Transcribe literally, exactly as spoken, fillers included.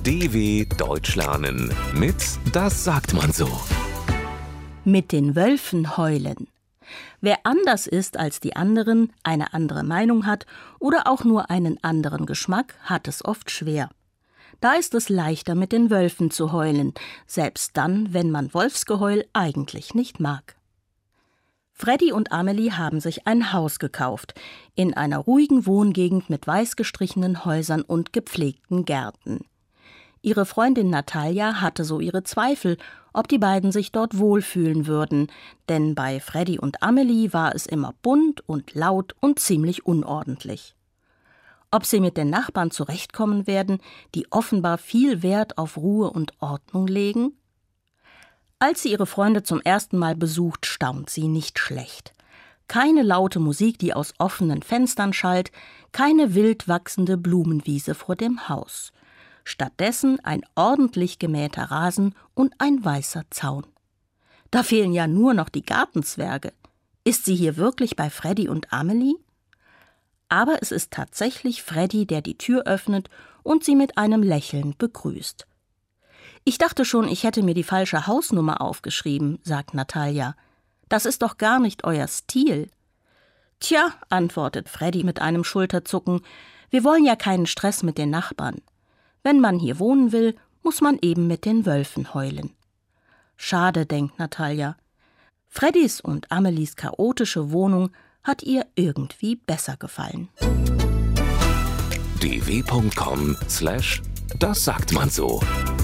D W Deutsch lernen mit Das sagt man so. Mit den Wölfen heulen. Wer anders ist als die anderen, eine andere Meinung hat oder auch nur einen anderen Geschmack, hat es oft schwer. Da ist es leichter, mit den Wölfen zu heulen, selbst dann, wenn man Wolfsgeheul eigentlich nicht mag. Freddy und Amelie haben sich ein Haus gekauft, in einer ruhigen Wohngegend mit weiß gestrichenen Häusern und gepflegten Gärten. Ihre Freundin Natalia hatte so ihre Zweifel, ob die beiden sich dort wohlfühlen würden, denn bei Freddy und Amelie war es immer bunt und laut und ziemlich unordentlich. Ob sie mit den Nachbarn zurechtkommen werden, die offenbar viel Wert auf Ruhe und Ordnung legen? Als sie ihre Freunde zum ersten Mal besucht, staunt sie nicht schlecht. Keine laute Musik, die aus offenen Fenstern schallt, keine wild wachsende Blumenwiese vor dem Haus. Stattdessen ein ordentlich gemähter Rasen und ein weißer Zaun. Da fehlen ja nur noch die Gartenzwerge. Ist sie hier wirklich bei Freddy und Amelie? Aber es ist tatsächlich Freddy, der die Tür öffnet und sie mit einem Lächeln begrüßt. »Ich dachte schon, ich hätte mir die falsche Hausnummer aufgeschrieben«, sagt Natalia. »Das ist doch gar nicht euer Stil.« »Tja«, antwortet Freddy mit einem Schulterzucken, »wir wollen ja keinen Stress mit den Nachbarn. Wenn man hier wohnen will, muss man eben mit den Wölfen heulen.« Schade, denkt Natalia. Freddys und Amelies chaotische Wohnung hat ihr irgendwie besser gefallen. d w punkt com slash das sagt man so